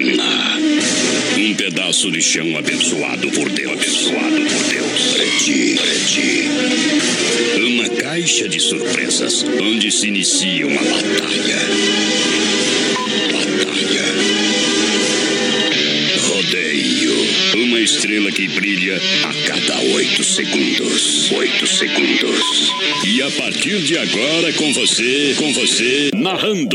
Atena. Um pedaço de chão abençoado por Deus. Preti. Uma caixa de surpresas, onde se inicia uma batalha. Rodeio. Uma estrela que brilha a cada 8 segundos. E a partir de agora, com você, narrando.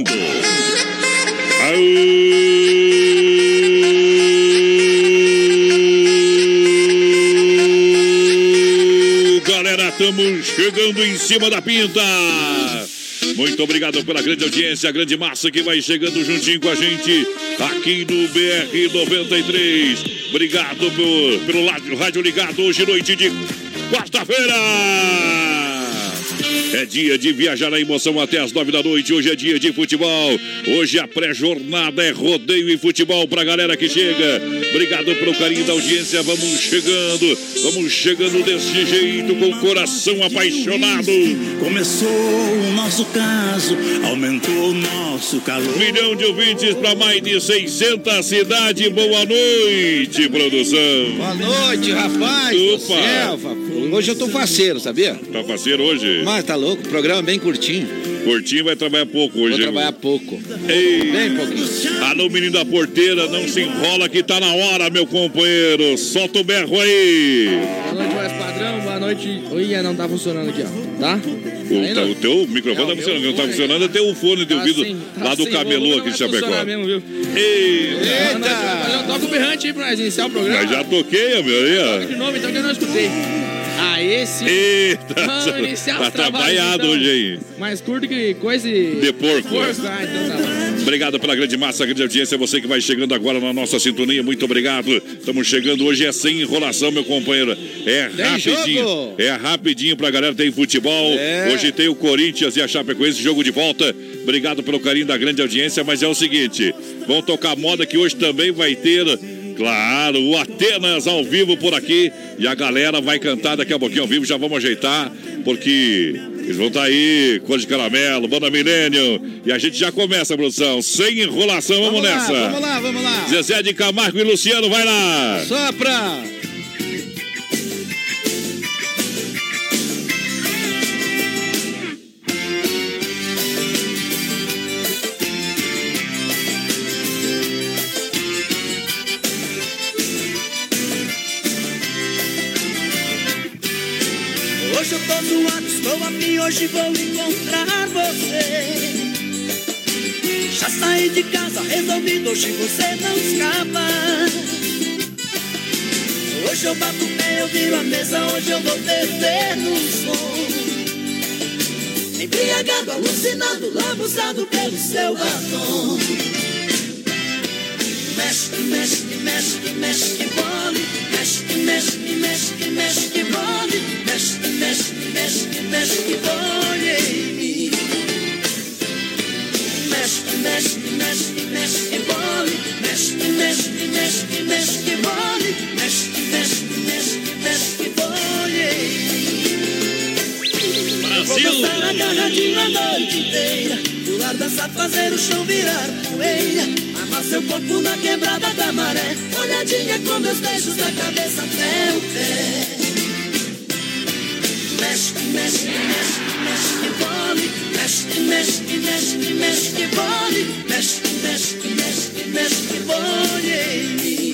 Galera, estamos chegando em cima da pinta. Muito obrigado pela grande audiência, a grande massa que vai chegando juntinho com a gente aqui no BR 93. Obrigado pelo rádio ligado hoje, noite de quarta-feira. É dia de viajar na emoção até as 9 da noite. Hoje é dia de futebol. Hoje a pré-jornada é rodeio e futebol pra galera que chega. Obrigado pelo carinho da audiência. Vamos chegando desse jeito, com o coração apaixonado. Começou o nosso caso, aumentou o nosso calor. 1 milhão de ouvintes para mais de 600 cidades. Boa noite, produção. Boa noite, rapaz. Opa. Hoje eu tô faceiro, sabia? Tá faceiro hoje? Mas tá louco, o programa é bem curtinho. Curtinho, vai trabalhar pouco hoje. Vou trabalhar pouco. Ei. Bem pouquinho. Alô, menino da porteira, não se enrola que tá na hora, meu companheiro. Solta o berro aí. Boa noite, mais padrão. Boa noite. Oi, não tá funcionando aqui, ó. Tá? O teu microfone tá funcionando. Não tá funcionando até o fone de ouvido lá do camelô aqui de Chapecó. Mesmo, viu? Eita! Eu toco o berrante aí pra nós iniciar o programa. Mas já toquei, meu. Aí, de novo, então que eu não escutei. Esse. Eita! Vamos iniciar tá trabalhado então. hoje aí. Mais curto que coisa de porco. Então tá. Obrigado pela grande massa, grande audiência. Você que vai chegando agora na nossa sintonia, muito obrigado. Estamos chegando hoje, é sem enrolação, meu companheiro. É rapidinho. Jogo. É rapidinho pra galera. Tem futebol. Hoje tem o Corinthians e a Chapecoense, jogo de volta. Obrigado pelo carinho da grande audiência. Mas é o seguinte, vamos tocar moda que hoje também vai ter... Claro, o Atenas ao vivo por aqui. E a galera vai cantar daqui a pouquinho ao vivo. Já vamos ajeitar, porque eles vão estar aí, Cor de Caramelo, Banda Millennium. E a gente já começa, produção. Sem enrolação, vamos nessa. Vamos lá. Zezé de Camargo e Luciano, vai lá. Sopra. Hoje eu tô zoado, estou afim, hoje vou encontrar você. Já saí de casa, resolvido, hoje você não escapa. Hoje eu bato o pé, eu viro a mesa, hoje eu vou beber no som. Embriagado, alucinado, lambuzado pelo seu batom. Mexe, mexe, mexe, mexe, bole. Mexe, mexe, mexe, mexe, bole. Mexe, mexe, mexe, mexe, bole em mim. Mexe, mexe, mexe, mexe, bole. Mexe, mexe, mexe, mexe, bole. Mexe, mexe, mexe, mexe, bole em mim. Vou dançar agarradinho a noite inteira, pular, dançar, fazer o chão virar poeira, amar seu corpo na quebrada da maré, olhadinha com meus beijos da cabeça até o pé. Mexe, mexe, mexe, mexe, bole. Mexe, mexe, mexe, mexe, bole. Mexe, mexe, mexe, mexe, bole em mim.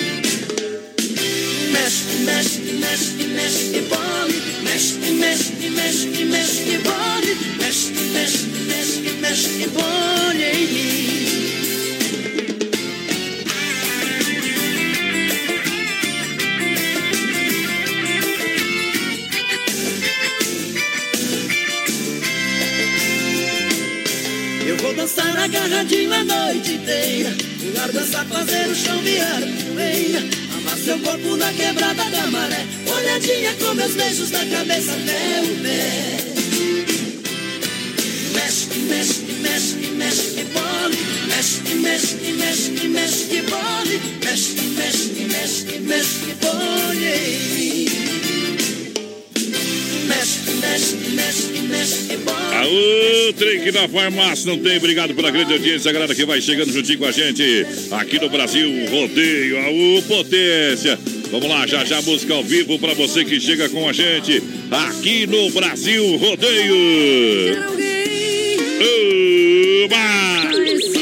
Mexe, mexe, mexe, mexe, bole. Mexe, mexe, mexe, mexe, bole. Mexe, mexe, mexe, mexe, bole em mim. Eu vou dançar agarradinho a noite inteira, pular, dançar, fazer o chão virar poeira, amar seu corpo na quebrada da maré, olhadinha com meus beijos da cabeça até o pé. Mexe, mexe, mexe, mexe, bole. Mexe, mexe, mexe, mexe, bole. Mexe, mexe, mexe, mexe, bole em mim. Mexe, mexe, mexe, mexe. Aô, trem que na farmácia não tem. Obrigado pela grande audiência, a galera que vai chegando juntinho com a gente aqui no Brasil Rodeio. Aô, potência. Vamos lá, já já música ao vivo pra você que chega com a gente aqui no Brasil Rodeio. Oba!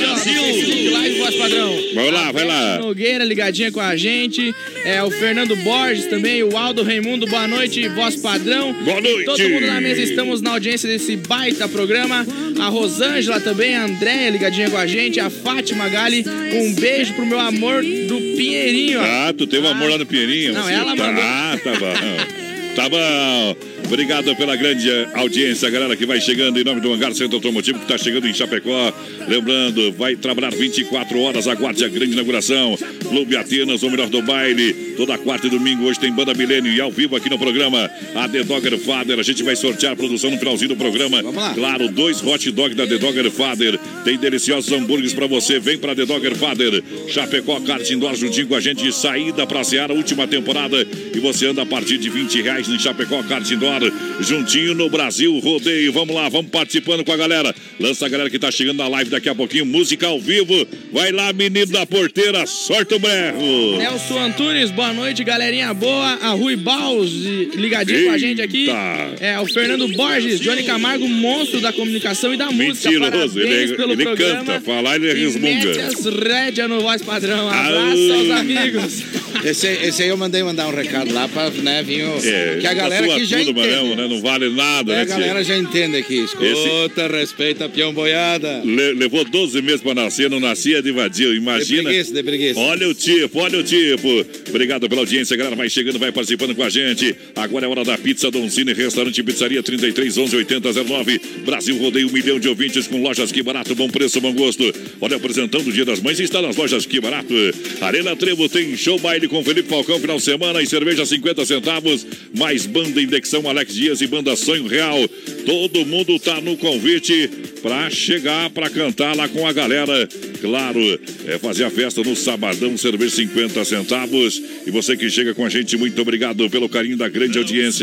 Brasil! Live Voz Padrão. Vai lá, vai lá. Nogueira ligadinha com a gente. O Fernando Borges também, o Aldo Raimundo, boa noite, Voz Padrão. Boa noite. Todo mundo na mesa, estamos na audiência desse baita programa. A Rosângela também, a Andréia ligadinha com a gente, a Fátima Gali, um beijo pro meu amor do Pinheirinho. Ah, tu teve amor lá no Pinheirinho? Não, ela mandou. Ah, tá bom. Tá bom. Obrigado pela grande audiência, galera que vai chegando em nome do Hangar Centro Automotivo, que está chegando em Chapecó. Lembrando, vai trabalhar 24 horas, aguarde a grande inauguração. Clube Atenas, o melhor do baile. Toda quarta e domingo, hoje tem Banda Milênio e ao vivo aqui no programa. A The Dogger Father, a gente vai sortear a produção no finalzinho do programa. Vamos lá. Claro, 2 hot dog da The Dogger Father. Tem deliciosos hambúrgueres pra você. Vem pra The Dogger Father. Chapecó Kart Indoor juntinho com a gente. Saída pra Seara, última temporada. E você anda a partir de R$20 no Chapecó Kart Indoor. Juntinho no Brasil Rodeio. Vamos lá, vamos participando com a galera. Lança a galera que tá chegando na live daqui a pouquinho. Música ao vivo. Vai lá, menino da porteira. Sorta o berro. Nelson Antunes, boa noite, galerinha boa. A Rui Baus, ligadinho com a gente aqui. O Fernando Borges, Johnny Camargo, monstro da comunicação e da música. Mentiroso, pelo ele programa. canta, falar ele resmunga. Mete as rédeas no Voz Padrão. Abraço aos amigos. Esse aí eu mandei mandar um recado lá pra, né, vir que a galera aqui já tudo, entende. Não, né? Não vale nada, né, A galera já entende aqui. Escuta, respeita, peão boiada. Levou 12 meses pra nascer, não nascia de vadio. Imagina. De preguiça. Olha o tipo, olha o tipo. Obrigado pela audiência, galera. Vai chegando, vai participando com a gente. Agora é hora da pizza Don Cine, restaurante Pizzaria 33 11 8009. Brasil Rodeio, 1 milhão de ouvintes com lojas Que Barato, bom preço, bom gosto. Olha, apresentando o Dia das Mães, está nas lojas Que Barato. Arena Trevo tem show baile com Felipe Falcão, final de semana, e cerveja 50 centavos. Mais banda Indexão, Alex Dias e banda Sonho Real. Todo mundo tá no convite pra chegar, pra cantar lá com a galera. Claro, fazer a festa no sabadão, cerveja 50 centavos. E você que chega com a gente, muito obrigado pelo carinho da grande audiência.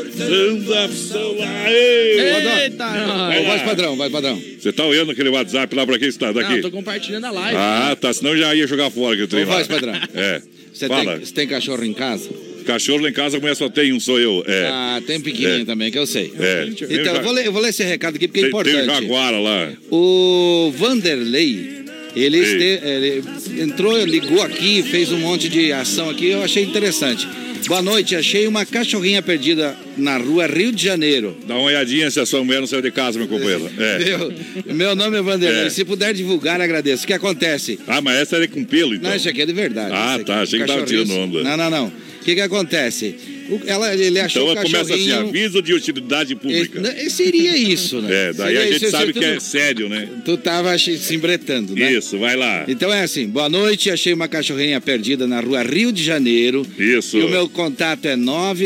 Eita, Vai, padrão. Você tá olhando aquele WhatsApp lá pra quem está daqui? Não, tô compartilhando a live. Ah, tá, senão já ia jogar fora que eu tenho lá. Voz Padrão. Você tem cachorro em casa? Cachorro lá em casa, a mulher só tem um, sou eu. Tem um pequenininho também, que eu sei. Então, eu vou ler esse recado aqui porque é importante. Tem Jaguara lá. O Vanderlei, ele entrou, ligou aqui, fez um monte de ação aqui, eu achei interessante. Boa noite, achei uma cachorrinha perdida na rua Rio de Janeiro. Dá uma olhadinha se a sua mulher não saiu de casa, meu companheiro. Meu nome é Vanderlei. Se puder divulgar, agradeço. O que acontece? Ah, mas essa é com pelo, então? Não, isso aqui é de verdade. Ah, tá. Achei que tava tirando onda. Não. O que acontece? Ele achou então o cachorrinho... começa assim, aviso de utilidade pública. Seria isso, né? Daí a gente sabe que é sério, né? Tu tava se embretando, né? Isso, vai lá. Então é assim, boa noite, achei uma cachorrinha perdida na rua Rio de Janeiro. Isso. E o meu contato é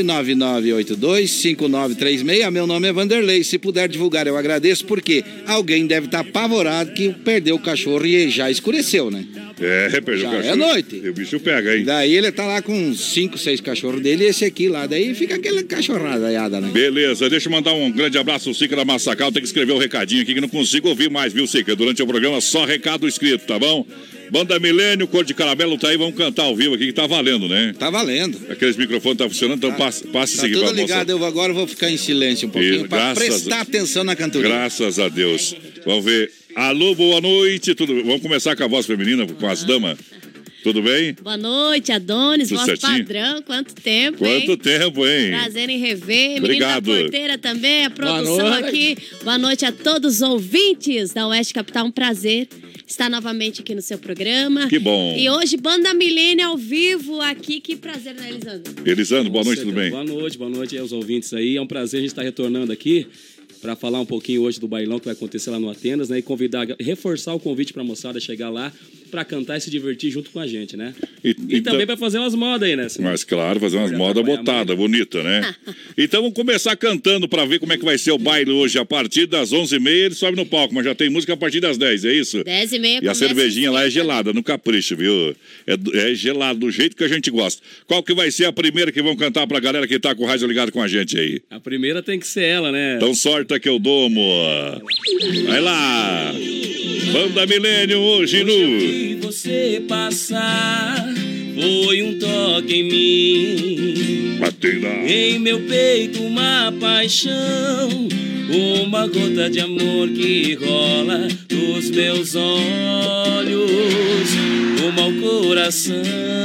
999825936. Meu nome é Vanderlei. Se puder divulgar, eu agradeço, porque alguém deve estar apavorado que perdeu o cachorro e já escureceu, né? Perdeu o cachorro. É noite. E o bicho pega, hein? Daí ele tá lá com uns 5, 6 cachorros dele e esse aqui lá. Daí fica aquela cachorrada, né? Beleza, deixa eu mandar um grande abraço ao Sica da Massacal. Tem que escrever um recadinho aqui que não consigo ouvir mais, viu, Sica? Durante o programa, só recado escrito, tá bom? Banda Milênio, Cor de Caramelo tá aí, vamos cantar ao vivo aqui que tá valendo, né? Tá valendo. Aqueles microfones tá funcionando, então passe esse aqui pra moça. Tudo ligado, agora eu vou ficar em silêncio um pouquinho pra prestar atenção na cantoria. Graças a Deus. Vamos ver. Alô, boa noite. Vamos começar com a voz feminina, com as damas. Tudo bem? Boa noite, Adonis, Tudo voz certinho? Padrão. Quanto tempo, Quanto hein? tempo, hein? Prazer em rever. Obrigado. Menina da porteira também, a produção aqui. Boa noite a todos os ouvintes da Oeste Capital. Um prazer estar novamente aqui no seu programa. Que bom. E hoje, Banda Milênio ao vivo aqui. Que prazer, né, Elisandro? Elisandro, boa noite, tudo bem? Boa noite aos ouvintes aí. É um prazer a gente estar retornando aqui para falar um pouquinho hoje do bailão que vai acontecer lá no Atenas, né? E reforçar o convite para a moçada chegar lá para cantar e se divertir junto com a gente, né? E também para fazer umas modas aí, né? Mas claro, fazer umas modas botadas, bonita, né? Então vamos começar cantando para ver como é que vai ser o baile hoje. A partir das 11h30 ele sobe no palco, mas já tem música a partir das 10, é isso? 10h30. E a cervejinha lá é gelada, no capricho, viu? É gelado, do jeito que a gente gosta. Qual que vai ser a primeira que vão cantar pra galera que tá com o rádio ligado com a gente aí? A primeira tem que ser ela, né? Então sorte aumenta que eu domo. Vai lá. Banda Milênio hoje no... Vi você passar, foi um toque em mim. Batida. Em meu peito uma paixão, uma gota de amor que rola nos meus olhos, o mau coração.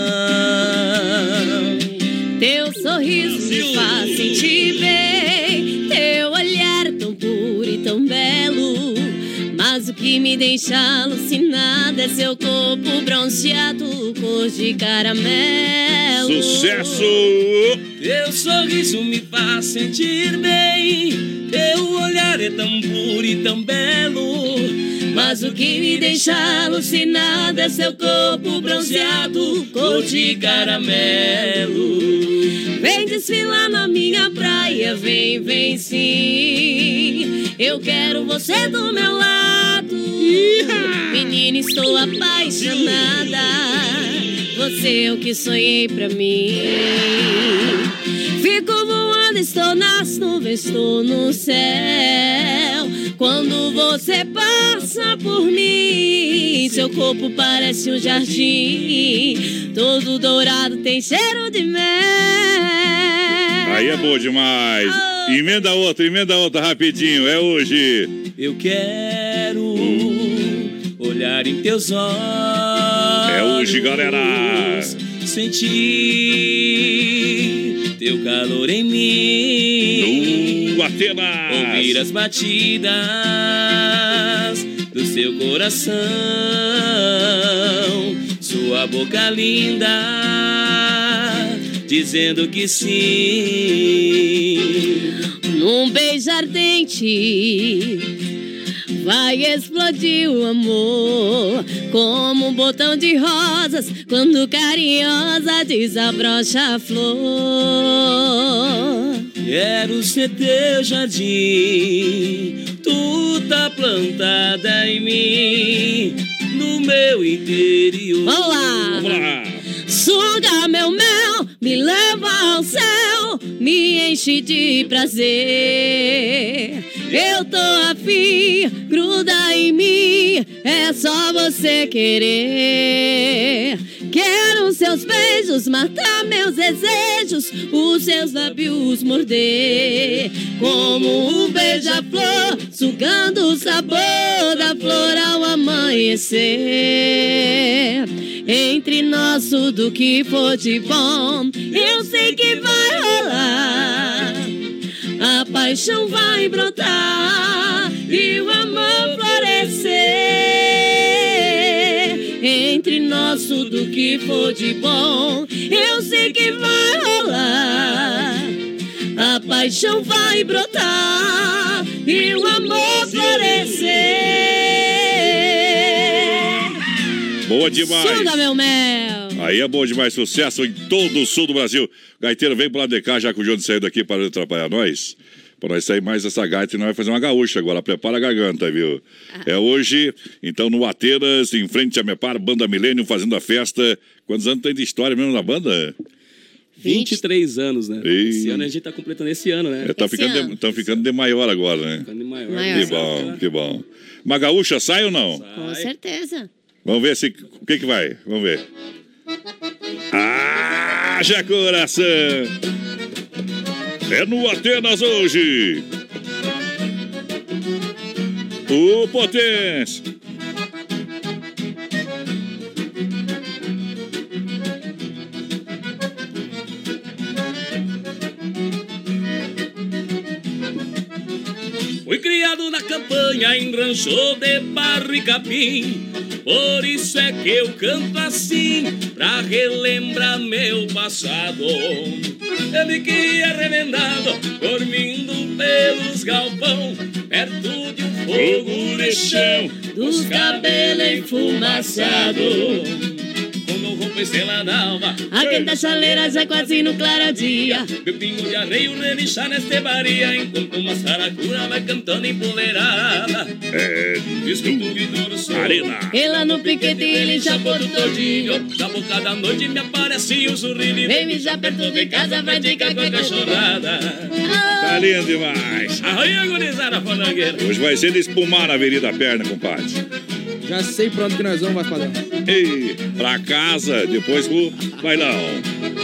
Teu sorriso me faz sentir bem, teu olhar tão puro e tão belo. Mas o que me deixa alucinada é seu corpo bronzeado, cor de caramelo. Sucesso! Teu sorriso me faz sentir bem, teu olhar é tão puro e tão belo. Mas o que me deixa alucinada é seu corpo bronzeado, cor de caramelo. Vem desfilar na minha praia, vem, vem sim. Eu quero você do meu lado. Menina, estou apaixonada. Você é o que sonhei pra mim. Fico voando, estou nas nuvens, estou no céu. Quando você passa por mim, seu corpo parece um jardim, todo dourado, tem cheiro de mel. Aí é bom demais. Emenda outra rapidinho, é hoje. Eu quero olhar em teus olhos. É hoje, galera. Sentir teu calor em mim. Atenas. Ouvir as batidas do seu coração. Sua boca linda dizendo que sim. Num beijo ardente vai explodir o amor, como um botão de rosas quando carinhosa desabrocha a flor. Quero ser teu jardim, tu tá plantada em mim, no meu interior. Vamos lá! Vamos lá! Suga meu mel, me leva ao céu, me enche de prazer. Eu tô afim, gruda em mim, é só você querer. Quero seus beijos, matar meus desejos, os seus lábios morder. Como um beija-flor, sugando o sabor da flor ao amanhecer. Entre nós tudo que for de bom, eu sei que vai rolar. A paixão vai brotar e o amor florescer. Entre nós tudo que for de bom, eu sei que vai rolar. A paixão vai brotar e o amor florescer. Boa demais. Suga meu mel. Aí é bom demais, sucesso em todo o sul do Brasil. Gaiteiro, vem pro lado de cá, já que o Johnny saiu daqui para não atrapalhar nós. Para nós sair mais essa gaita e nós vamos fazer uma gaúcha agora. Prepara a garganta, viu? É hoje, então, no Atenas, em frente a Mepar, Banda Milênio, fazendo a festa. Quantos anos tem de história mesmo na banda? 23 anos, né? Esse ano a gente tá completando esse ano, né? Estão ficando de maior agora, né? Ficando de maior. Que bom, que bom. Uma gaúcha sai ou não? Sai. Com certeza. Vamos ver se... O que vai? Vamos ver. Haja coração! É no Atenas hoje. O Potência. Fui criado na campanha em rancho de barro e capim. Por isso é que eu canto assim, pra relembrar meu passado. Eu me queria remendado, dormindo pelos galpão, perto de um fogo de chão, dos cabelos enfumaçados. Com meu roupa Estrela d'alva. A quinta chaleira já quase no claro dia. Meu pingo de arreio relinchar nesta baria, enquanto uma saracura vai cantando empoleirada. Escuto o Vitor Sol. Ela no piquete ele já pôr o todinho. Da boca da noite me aparece o sorriso. Vem me já perto de casa, vai de cá com a cachorrada. Tá lindo demais. Arranha, gurizada, fandangueira. Hoje vai ser de espumar na Avenida Perna, compadre. Já sei pra onde que nós vamos, vai padrão. Ei, pra casa, depois pro bailão.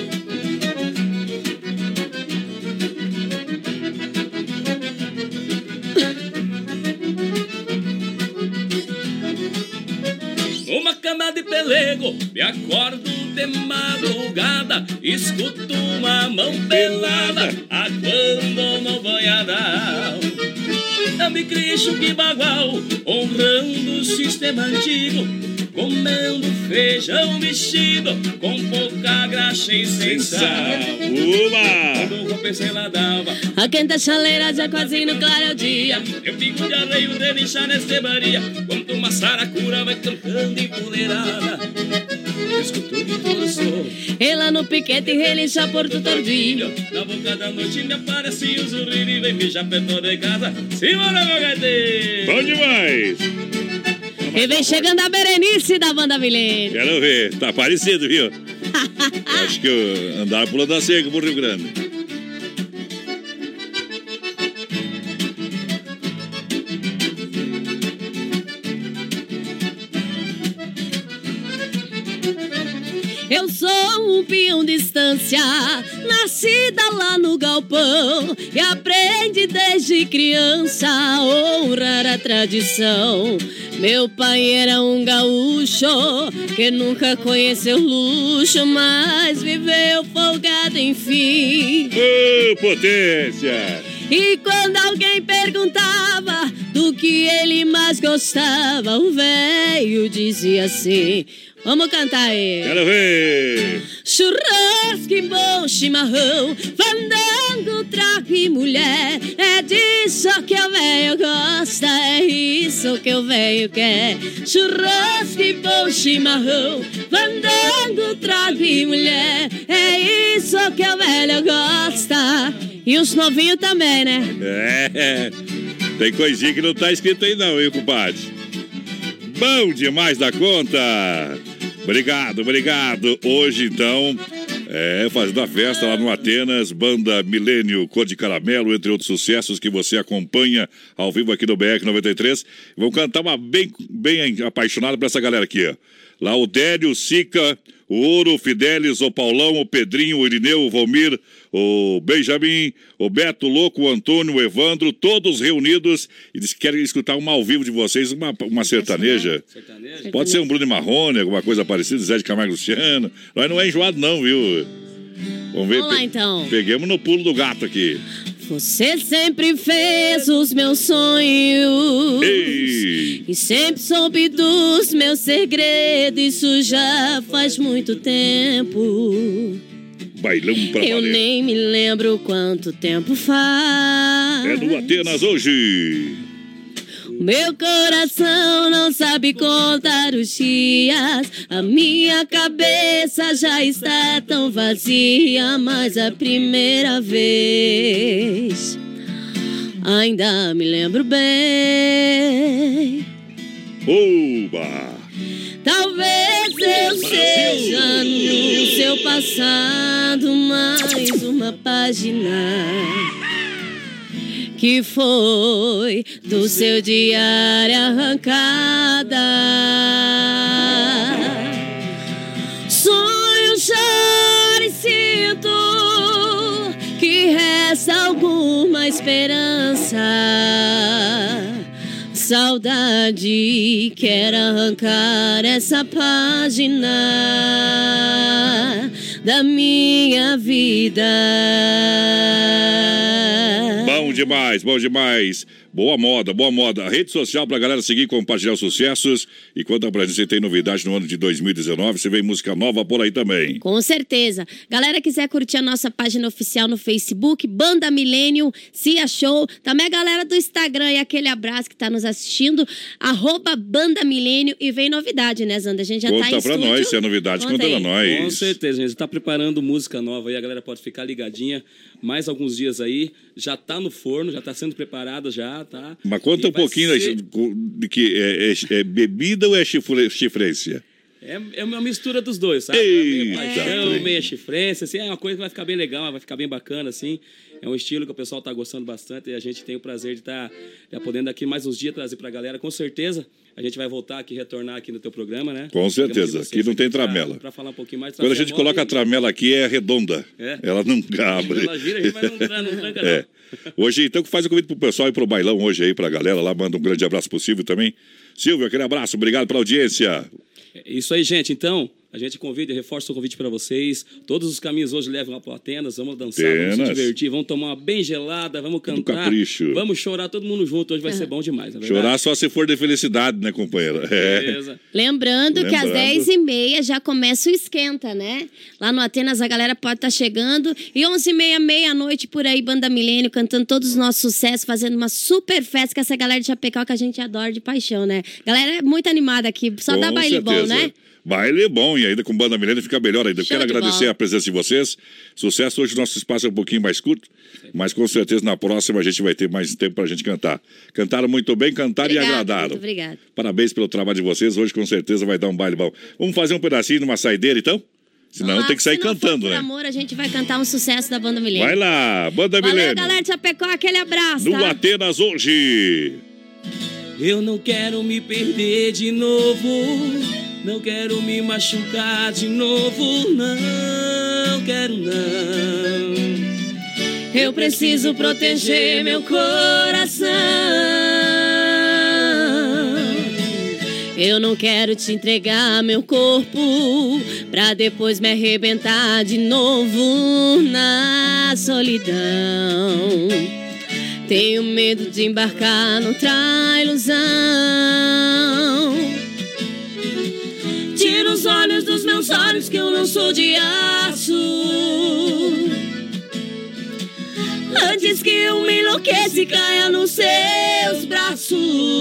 Uma cama de pelego, me acordo de madrugada, escuto uma mão pelada, aguando no banhadão. Eu me crischo que bagual, honrando o sistema antigo, comendo feijão mexido, com pouca graxa e sem sal. Quando eu pensei lá dava. A quinta chaleira já quase no claro dia. Eu fico de arreio relinchar nesta baria, quando uma saracura vai cantando empoleirada. Escutou o Vitor Sol. Ela no piquete relincha por tudo tordinho. Na boca da noite me aparece o sorriso e vem mijar perto de casa. Simbora, meu gaiteiro! Bom demais! E vem chegando a Berenice da Banda Milênio. Quero ver, tá parecido, viu? Acho que eu andava pulando a cerca pro Rio Grande. Eu sou um peão de estância, nascida lá no galpão, e aprendi desde criança a honrar a tradição. Meu pai era um gaúcho que nunca conheceu luxo, mas viveu folgado enfim. Ô, potência! E quando alguém perguntava do que ele mais gostava, o velho dizia assim: vamos cantar aí. Quero ver! Churrasco e bom chimarrão, fandango, trago e mulher. É disso que o velho gosta, é isso que o velho quer. Churrasco e bom chimarrão, fandango, trago e mulher. É isso que o velho gosta. E os novinhos também, né? Tem coisinha que não tá escrito aí não, hein, compadre? Bom demais da conta! Obrigado. Hoje, então, fazendo a festa lá no Atenas, Banda Milênio, Cor de Caramelo, entre outros sucessos que você acompanha ao vivo aqui no BR 93. Vamos cantar uma bem apaixonada pra essa galera aqui, ó. Lá o Délio, o Sica, o Ouro, o Fidelis, o Paulão, o Pedrinho, o Irineu, o Valmir, o Benjamin, o Beto, o Louco, o Antônio, o Evandro, todos reunidos e eles querem escutar uma ao vivo de vocês, uma sertaneja. Pode ser um Bruno e Marrone, alguma coisa parecida, Zé de Camargo Luciano. Nós não é enjoado não, viu? Vamos ver. Vamos lá, então. Peguemos no pulo do gato aqui. Você sempre fez os meus sonhos. Ei. E sempre soube dos meus segredos. Isso já faz muito tempo. Bailão pra Eu valer. nem me lembro quanto tempo faz. É no Atenas hoje. Meu coração não sabe contar os dias. A minha cabeça já está tão vazia. Mas a primeira vez ainda me lembro bem. Oba! Talvez eu seja no seu passado mais uma página que foi do seu diário arrancada. Sonho, choro e sinto que resta alguma esperança. Saudade quer arrancar essa página da minha vida. Bom demais. Boa moda, boa moda. A rede social pra galera seguir e compartilhar os sucessos. E conta pra gente se tem novidade no ano de 2019. Se vem música nova por aí também. Com certeza. Galera, quiser curtir a nossa página oficial no Facebook, Banda Milênio, se achou. Também a galera do Instagram e aquele abraço que tá nos assistindo, @Banda Milênio. E vem novidade, né, Zanda? A gente já conta tá em pra estúdio. nós, se é novidade, conta pra nós. Com certeza, a gente tá preparando música nova aí, a galera pode ficar ligadinha. Mais alguns dias aí, já tá no forno, já tá sendo preparada já, tá? Mas conta um pouquinho de que é bebida ou é chifrência? É uma mistura dos dois, sabe? Meio paixão, meio chifrência, assim, é uma coisa que vai ficar bem legal, vai ficar bem bacana, assim. É um estilo que o pessoal tá gostando bastante e a gente tem o prazer de estar podendo aqui mais uns dias trazer pra galera. Com certeza, a gente vai voltar aqui, retornar aqui no teu programa, né? Com certeza, aqui não tem tramela. Pra falar um pouquinho mais. Quando a gente coloca a tramela aqui, é redonda. Ela não abre. Ela gira, mas não tranca, não. Hoje, então, faz o convite pro pessoal ir pro bailão hoje aí, pra galera lá. Manda um grande abraço pro Silvio também. Silvio, aquele abraço, obrigado pela audiência. Isso aí, gente. Então, a gente convida e reforça o convite para vocês. Todos os caminhos hoje levam lá para Atenas. Vamos dançar, vamos se divertir, vamos tomar uma bem gelada, vamos cantar. Vamos chorar todo mundo junto. Hoje vai ser bom demais, não é verdade? Chorar só se for de felicidade, né, companheira? Beleza. Lembrando que às 10h30 já começa o esquenta, né? Lá no Atenas a galera pode estar chegando. E 11h30, meia-noite, por aí, Banda Milênio, cantando todos os nossos sucessos, fazendo uma super festa com essa galera de Chapecó que a gente adora de paixão, né? Galera é muito animada aqui, só dá baile bom, né? Baile é bom e ainda com Banda Milênio fica melhor ainda. Quero agradecer a presença de vocês. Sucesso. Hoje o nosso espaço é um pouquinho mais curto, mas com certeza na próxima a gente vai ter mais tempo pra gente cantar. Cantaram muito bem, cantaram e agradaram. Muito obrigada. Parabéns pelo trabalho de vocês. Hoje com certeza vai dar um baile bom. Vamos fazer um pedacinho numa saideira então? Senão tem que sair cantando, né? Por amor, a gente vai cantar um sucesso da Banda Milênio. Vai lá, Banda Milênio. Valeu, galera de Chapecó, aquele abraço. No Atenas hoje. Eu não quero me perder de novo. Não quero me machucar de novo, não quero não. Eu preciso proteger meu coração. Eu não quero te entregar meu corpo pra depois me arrebentar de novo na solidão. Tenho medo de embarcar noutra ilusão. Tira os olhos dos meus olhos que eu não sou de aço. Antes que eu me enlouqueça e caia nos seus braços.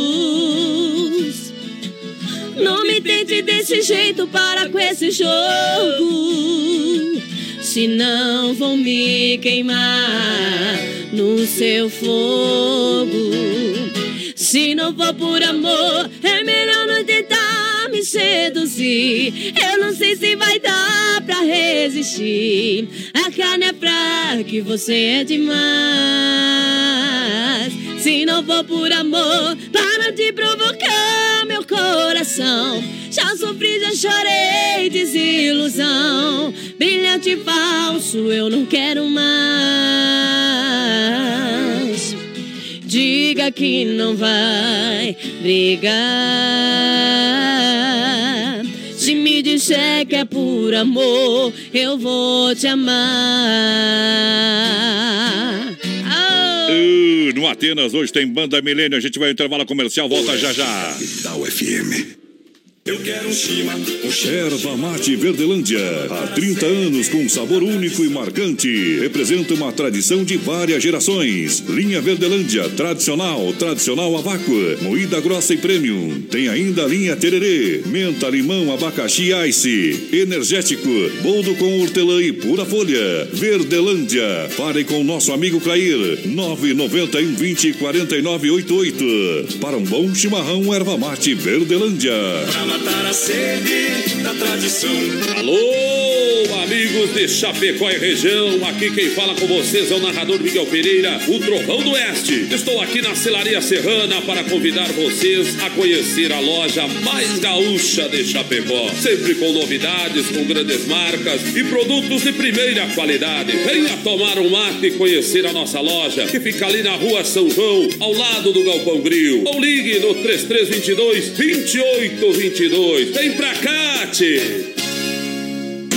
Não me tente desse jeito, para com esse jogo. Senão vou me queimar no seu fogo. Se não for por amor, é melhor não tentar me seduzir. Eu não sei se vai dar pra resistir. A carne é fraca, você é demais. Se não for por amor, para de provocar meu coração. Já sofri, já chorei, desilusão. Brilhante falso, eu não quero mais. Diga que não vai brigar. Se me disser que é por amor, eu vou te amar. No Atenas hoje tem Banda Milênio. A gente vai ao intervalo comercial, volta já já. Da UFM. Eu quero um Shima, Erva Mate Verdelândia. Há 30 anos com um sabor único e marcante. Representa uma tradição de várias gerações. Linha Verdelândia, tradicional a vácuo, moída grossa e premium. Tem ainda a linha Tererê, menta, limão, abacaxi ice. Energético, boldo com hortelã e pura folha. Verdelândia. Fale com o nosso amigo Clair. 991 20 49 88. Para um bom chimarrão, Erva Mate Verdelândia. matar a sede da tradição. Alô, amigos de Chapecó e região, aqui quem fala com vocês é o narrador Miguel Pereira, o Trovão do Oeste. Estou aqui na Celaria Serrana para convidar vocês a conhecer a loja mais gaúcha de Chapecó, sempre com novidades, com grandes marcas e produtos de primeira qualidade. Venha tomar um mate e conhecer a nossa loja, que fica ali na rua São João, ao lado do Galpão Grill. Ou ligue no 3322-2822. Vem pra cá, tchê!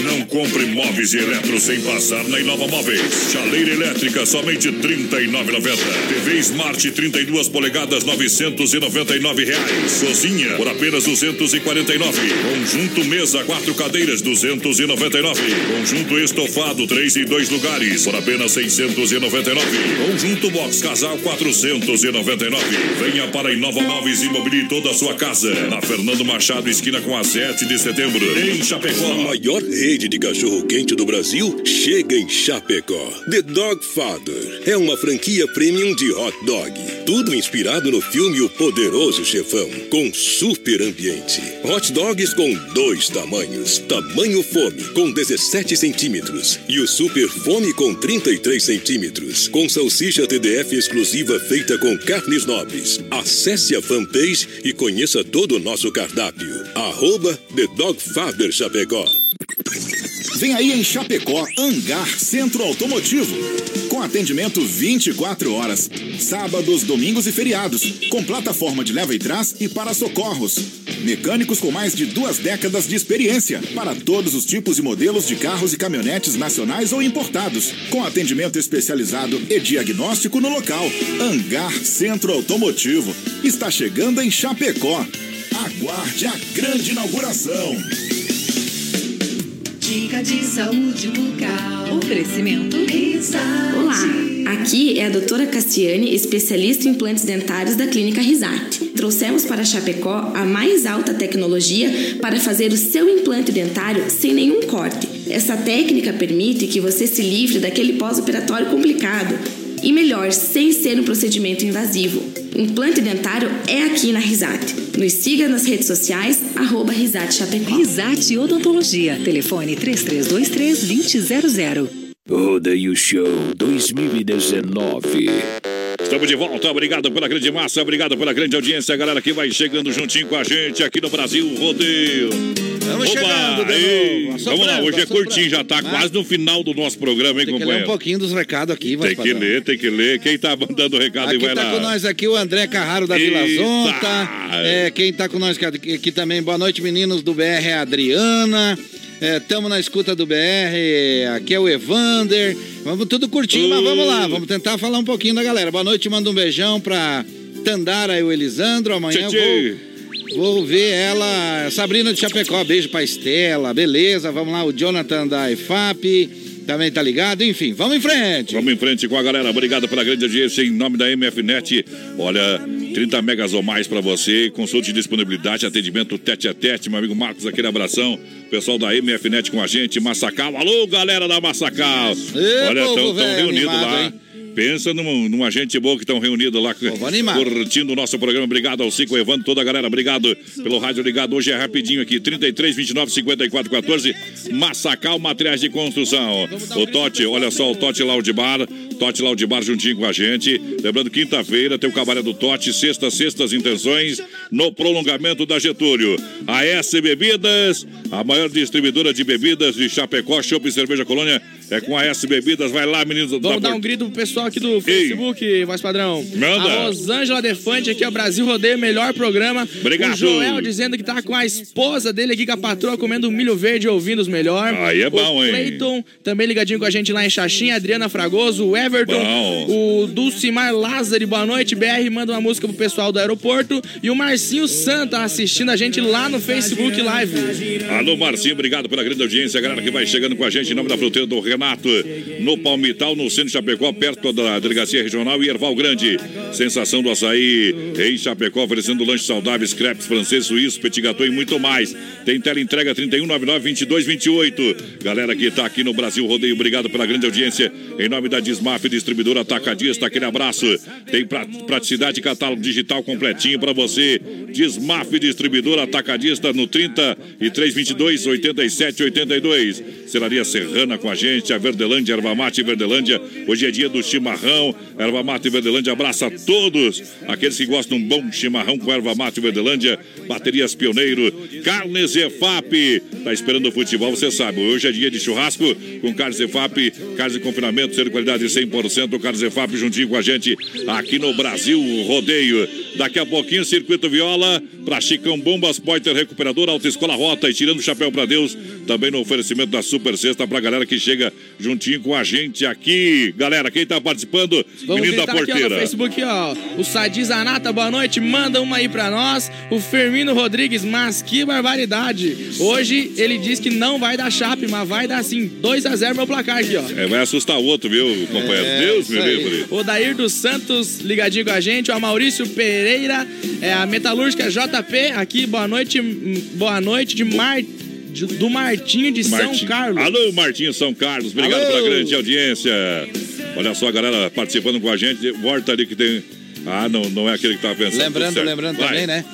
Não compre móveis e eletro sem passar na Inova Móveis. Chaleira elétrica, somente R$ 39,90. TV Smart 32 polegadas, R$ 999. Cozinha, por apenas R$ 249. Conjunto mesa, 4 cadeiras, R$ 299. Conjunto estofado, 3 e 2 lugares, por apenas R$ 699. Conjunto box casal, R$ 499. Venha para a Inova Móveis e mobile toda a sua casa. Na Fernando Machado, esquina com a 7 de setembro, em Chapecó. A maior rede de cachorro-quente do Brasil chega em Chapecó. The Dog Father é uma franquia premium de hot dog. Tudo inspirado no filme O Poderoso Chefão, com super ambiente. Hot dogs com 2 tamanhos. Tamanho fome, com 17 centímetros. E o super fome com 33 centímetros. Com salsicha TDF exclusiva feita com carnes nobres. Acesse a fanpage e conheça todo o nosso cardápio. @The Dog Father Chapecó. Vem aí em Chapecó, Hangar Centro Automotivo. Com atendimento 24 horas. Sábados, domingos e feriados. Com plataforma de leva e trás e para socorros. Mecânicos com mais de 2 décadas de experiência. Para todos os tipos e modelos de carros e caminhonetes nacionais ou importados. Com atendimento especializado e diagnóstico no local. Hangar Centro Automotivo. Está chegando em Chapecó. Aguarde a grande inauguração. Dica de saúde bucal. Oferecimento Risate. Olá, aqui é a doutora Cassiane, especialista em implantes dentários da Clínica Risate. Trouxemos para Chapecó a mais alta tecnologia para fazer o seu implante dentário sem nenhum corte. Essa técnica permite que você se livre daquele pós-operatório complicado. E melhor, sem ser um procedimento invasivo. Implante dentário é aqui na Risate. Nos siga nas redes sociais, @Risate Chapecó. Risate Odontologia. Telefone 3323-2000. Rodeio Show 2019. Estamos de volta, obrigado pela grande massa, obrigado pela grande audiência, galera que vai chegando juntinho com a gente aqui no Brasil Rodeio. Estamos chegando de novo. Vamos lá, hoje é curtinho, já tá quase no final do nosso programa, hein, companheiro? Tem que ler um pouquinho dos recados aqui, Tem que ler. Quem tá mandando o recado aqui e vai tá lá? com nós aqui o André Carraro da Vila Zonta. Quem tá com nós aqui também, boa noite, meninos do BR, é a Adriana. Estamos na escuta do BR, aqui é o Evander. Vamos tudo curtinho, mas vamos lá, vamos tentar falar um pouquinho da galera. Boa noite, manda um beijão pra Tandara e o Elisandro. Amanhã vou ver ela, Sabrina de Chapecó, beijo pra Estela, beleza, vamos lá, o Jonathan da IFAP também tá ligado, enfim, vamos em frente. Vamos em frente com a galera, obrigado pela grande audiência em nome da MFnet. Olha, 30 megas ou mais pra você, consulte disponibilidade, atendimento tete a tete, meu amigo Marcos, aquele abração, pessoal da MFnet com a gente, Massacal, alô galera da Massacal. Olha, estão reunidos lá. Hein? Pensa numa gente boa que estão reunidos lá, curtindo o nosso programa. Obrigado ao Cico, Evandro, toda a galera. Obrigado pelo rádio ligado. Hoje é rapidinho aqui, 33, 29, 54, 14. Massacal Materiais de Construção. O Totti, olha só, o Totti Laudibar juntinho com a gente. Lembrando, quinta-feira tem o Cabaré do Totti, sextas intenções, no prolongamento da Getúlio. A S Bebidas, a maior distribuidora de bebidas de Chapecó, Chopp e Cerveja Colônia, é com a S Bebidas. Vai lá, meninos. Vamos dar um grito pro pessoal aqui do Facebook, voz padrão. Manda. A Rosângela Defante aqui, é o Brasil Rodeio, melhor programa. Obrigado. O Joel dizendo que tá com a esposa dele aqui, com a patroa, comendo milho verde, ouvindo os melhores. Aí é bom, hein? O Cleiton, também ligadinho com a gente lá em Xaxim. Adriana Fragoso, o Everton, bom. O Dulcimar Lázaro, boa noite, BR, manda uma música pro pessoal do aeroporto. E o Marcinho Santa assistindo a gente lá no Facebook Live. Alô, Marcinho, obrigado pela grande audiência, galera que vai chegando com a gente em nome da fruteira do Renato, no Palmital, no centro de Chapecó, perto da Delegacia Regional e Erval Grande. Sensação do açaí em Chapecó, oferecendo lanches saudáveis, crepes francês, suíço, petit gâteau e muito mais. Tem tela entrega 3199-2228. Galera que tá aqui no Brasil Rodeio, obrigado pela grande audiência. Em nome da Dismaf, distribuidora atacadista, aquele abraço. Tem praticidade, catálogo digital completinho pra você. Dismaf, distribuidora atacadista no 3322-8782. Selaria Serrana com a gente, a Verdelândia, Erva Mate Verdelândia. Hoje é dia do chimarrão. Erva Mate Verdelândia abraça a todos aqueles que gostam de um bom chimarrão com Erva Mate Verdelândia. Baterias Pioneiro, Carnes EFAP. Tá esperando o futebol, você sabe. Hoje é dia de churrasco com Carnes EFAP, carnes de confinamento, ser de qualidade 100%. Carnes EFAP juntinho com a gente aqui no Brasil Rodeio. Daqui a pouquinho, Circuito Viola. bola para Chicão Bombas, Poiter Recuperador, Autoescola Rota e Tirando o Chapéu para Deus. Também no oferecimento da Super Sexta pra galera que chega juntinho com a gente aqui. Galera, quem tá participando? Menino da Porteira. Aqui, ó, no Facebook, ó. O Sadi Zanata, boa noite. Manda uma aí pra nós. O Firmino Rodrigues, mas que barbaridade. Hoje ele diz que não vai dar Chape, mas vai dar sim. 2-0 meu placar aqui, ó. Vai assustar o outro, viu, companheiro? Deus me livre. O Dair dos Santos ligadinho com a gente. O Maurício Pereira, a Metalúrgica JP aqui. Boa noite do Martinho de São Carlos. Alô, Martinho São Carlos, obrigado pela grande audiência. Olha só a galera participando com a gente. Volta ali que tem... não é aquele que tava pensando. Lembrando também, né?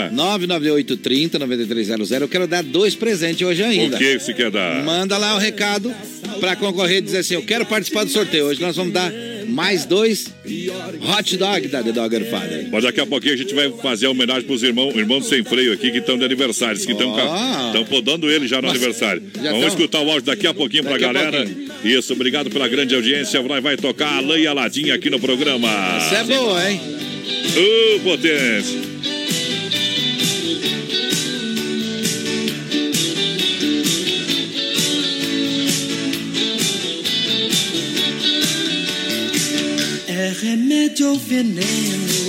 99830-9300. Eu quero dar 2 presentes hoje ainda. O que você quer dar? Manda lá o recado pra concorrer e dizer assim, eu quero participar do sorteio. Hoje nós vamos dar mais 2 hot dog da The Dogger Father. Mas daqui a pouquinho a gente vai fazer a homenagem pros irmãos sem freio aqui que estão de aniversário, que estão podando ele já no aniversário. Vamos escutar o áudio daqui a pouquinho pra galera. Isso, obrigado pela grande audiência. Vai tocar a Lã e a Ladinha aqui no programa. Isso é boa, hein? Potência. É remédio ou veneno?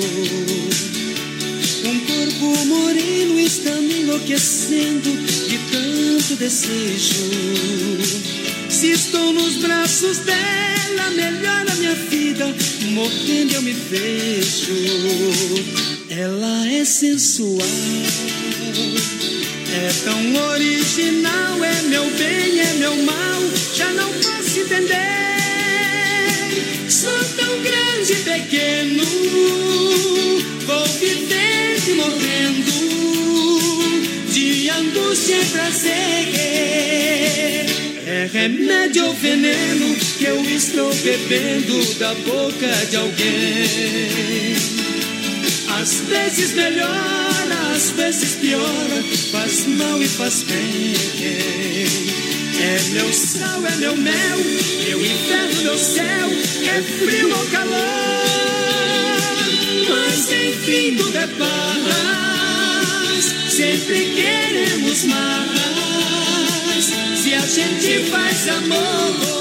Um corpo moreno está me enlouquecendo de tanto desejo. Se estou nos braços dela, melhora minha vida, morrendo eu me vejo. Ela é sensual, é tão original, é meu bem, é meu mal, já não posso entender. Sou tão grande e pequeno, vou vivendo e morrendo, de angústia e prazer. É remédio ou veneno que eu estou bebendo da boca de alguém. Às vezes melhora, às vezes piora, faz mal e faz bem. É meu sal, é meu mel, meu inferno, meu céu, é frio ou calor. Mas enfim tudo é paz, sempre queremos mais, se a gente faz amor.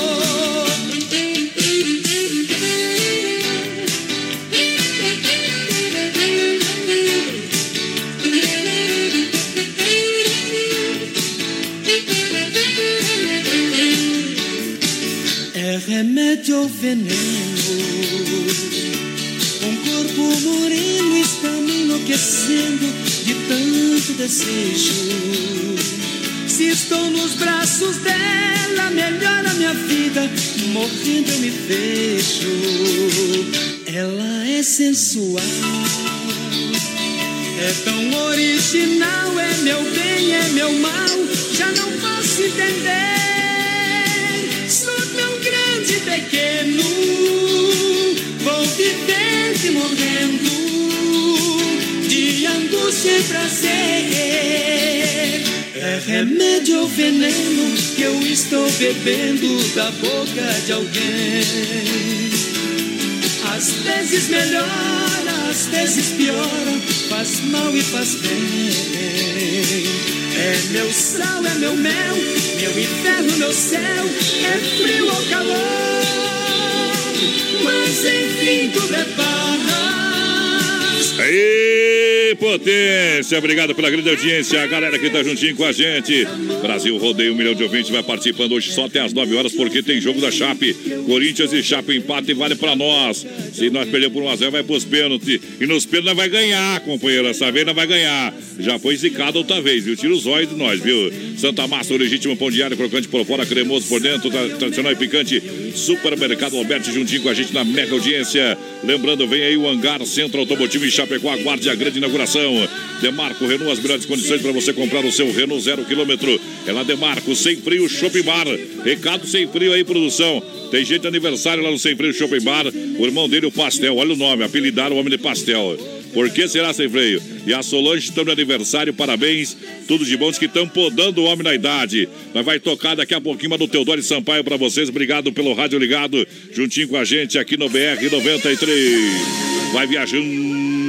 Remédio ou veneno? Um corpo moreno está me enlouquecendo de tanto desejo. Se estou nos braços dela, melhora minha vida, morrendo eu me vejo. Ela é sensual, é tão original, é meu bem, é meu mal, já não posso entender. Sou tão grande e pequeno, vou vivendo e morrendo, de angústia e prazer. É remédio ou veneno que eu estou bebendo da boca de alguém. Às vezes melhora, às vezes piora, faz mal e faz bem. É meu sal, é meu mel, meu inferno, meu céu, é frio ou calor. Mas enfim tudo é paz. Aí, potência, obrigado pela grande audiência, a galera que tá juntinho com a gente. Brasil Rodeio, 1 milhão de ouvintes vai participando hoje só até às 9 horas, porque tem jogo da Chape. Corinthians e Chape empate vale pra nós. Se nós perder por 1-0 vai pros pênaltis. E nos pênaltis nós vai ganhar, companheiro. Essa vez nós vai ganhar. Já foi zicado outra vez, viu? Tira os olhos de nós, viu? Santa Massa, o legítimo pão diário, crocante por fora, cremoso por dentro, tradicional e picante. Supermercado Alberti juntinho com a gente na mega audiência. Lembrando, vem aí o Hangar Centro Automotivo em Chapecó. Aguarde a grande inauguração. Demarco Renault, as melhores condições para você comprar o seu Renault 0 km. É na Demarco, Sem Frio Shopping Bar. Recado Sem Frio aí, produção. Tem gente de aniversário lá no Sem Freio Shopping Bar. O irmão dele, o Pastel, olha o nome, apelidaram o homem de Pastel. Por que será Sem Freio? E a Solange estão de aniversário, parabéns. Tudo de bons que estão podando o homem na idade. Mas vai tocar daqui a pouquinho uma do Teodoro Sampaio pra vocês. Obrigado pelo rádio ligado, juntinho com a gente aqui no BR 93. Vai viajando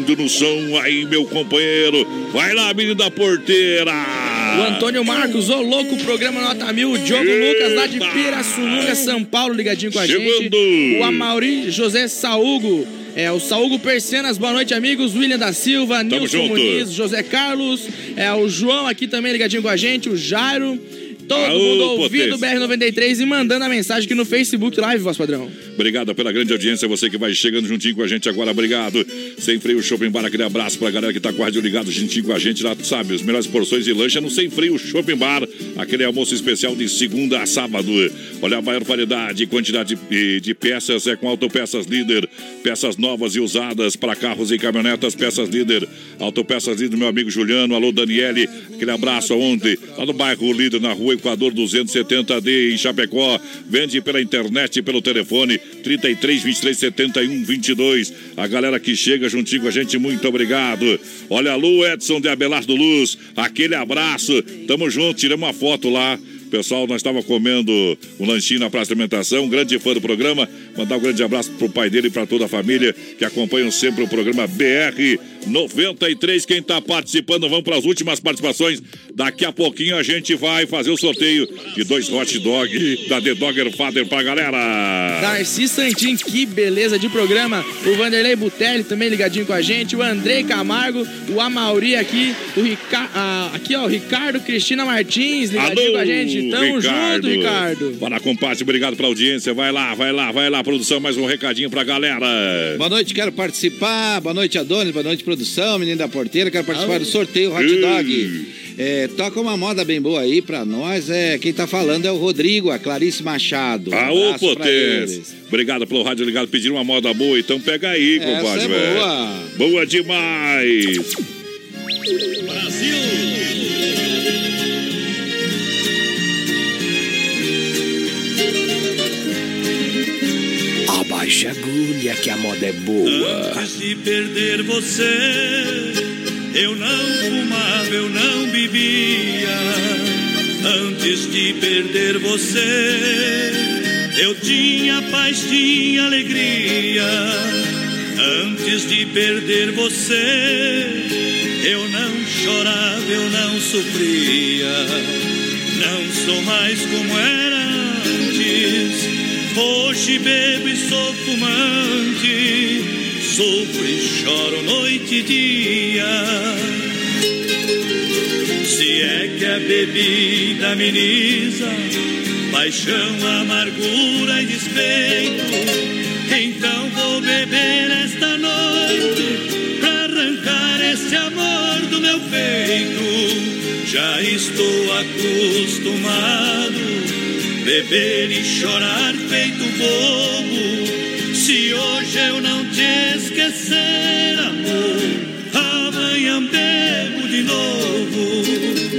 lindo no som aí, meu companheiro. Vai lá, menino da porteira. O Antônio Marcos, ô louco, programa Nota 1000. O Diogo Lucas, lá de Pirassununga, São Paulo, ligadinho com a gente. O Amauri José Saúgo. O Saúgo Persenas, boa noite, amigos. William da Silva, Nilson Muniz, José Carlos. O João aqui também ligadinho com a gente. O Jairo. Todo mundo ouvindo o BR-93 e mandando a mensagem aqui no Facebook Live, voz padrão. Obrigado pela grande audiência, você que vai chegando juntinho com a gente agora, obrigado. Sem Freio Shopping Bar, aquele abraço pra galera que tá com a rádio ligado juntinho com a gente lá, sabe, as melhores porções de lanche no Sem Freio Shopping Bar, aquele almoço especial de segunda a sábado. Olha, a maior variedade e quantidade de peças é com Autopeças Líder, peças novas e usadas para carros e caminhonetas, peças Líder, Autopeças Líder, meu amigo Juliano, alô Daniele, aquele abraço aonde? Lá no bairro Líder, na rua Equador 270D em Chapecó, vende pela internet e pelo telefone 33 23 71 22. A galera que chega juntinho com a gente, muito obrigado. Olha, alô Edson de Abelardo Luz, aquele abraço, tamo junto, tiramos uma foto lá. Pessoal, nós estávamos comendo um lanchinho na praça de alimentação, um grande fã do programa. Mandar um grande abraço pro pai dele e para toda a família que acompanham sempre o programa BR-93. Quem está participando, vamos para as últimas participações. Daqui a pouquinho a gente vai fazer o sorteio de 2 hot dog da The Dogger Father pra galera. Darcy Santin, que beleza de programa. O Vanderlei Butelli também ligadinho com a gente. O Andrei Camargo, o Amauri aqui. O Ricardo Cristina Martins ligadinho com a gente. Tamo junto, Ricardo. Fala, compadre, obrigado pela audiência. Vai lá, produção, mais um recadinho pra galera. Boa noite, quero participar. Boa noite, Adonis, boa noite, produção, menino da porteira. Quero participar do sorteio Hot Dog. Toca uma moda bem boa aí pra nós. Quem tá falando é o Rodrigo, a Clarice Machado. Aô, potência. Obrigado pelo rádio ligado. Pediram uma moda boa, então pega aí, compadre. Essa é boa. Boa demais. Brasil. Abaixa a agulha que a moda é boa. Antes de perder você, eu não fumava, eu não bebia. Antes de perder você, eu tinha paz, tinha alegria. Antes de perder você, eu não chorava, eu não sofria. Não sou mais como era antes. Hoje bebo e sou fumante, sofro e choro noite e dia. Se é que a bebida ameniza paixão, amargura e despeito, então vou beber esta noite pra arrancar esse amor do meu peito. Já estou acostumado beber e chorar feito bobo. Se hoje eu não te esquecer, amor, amanhã bebo de novo.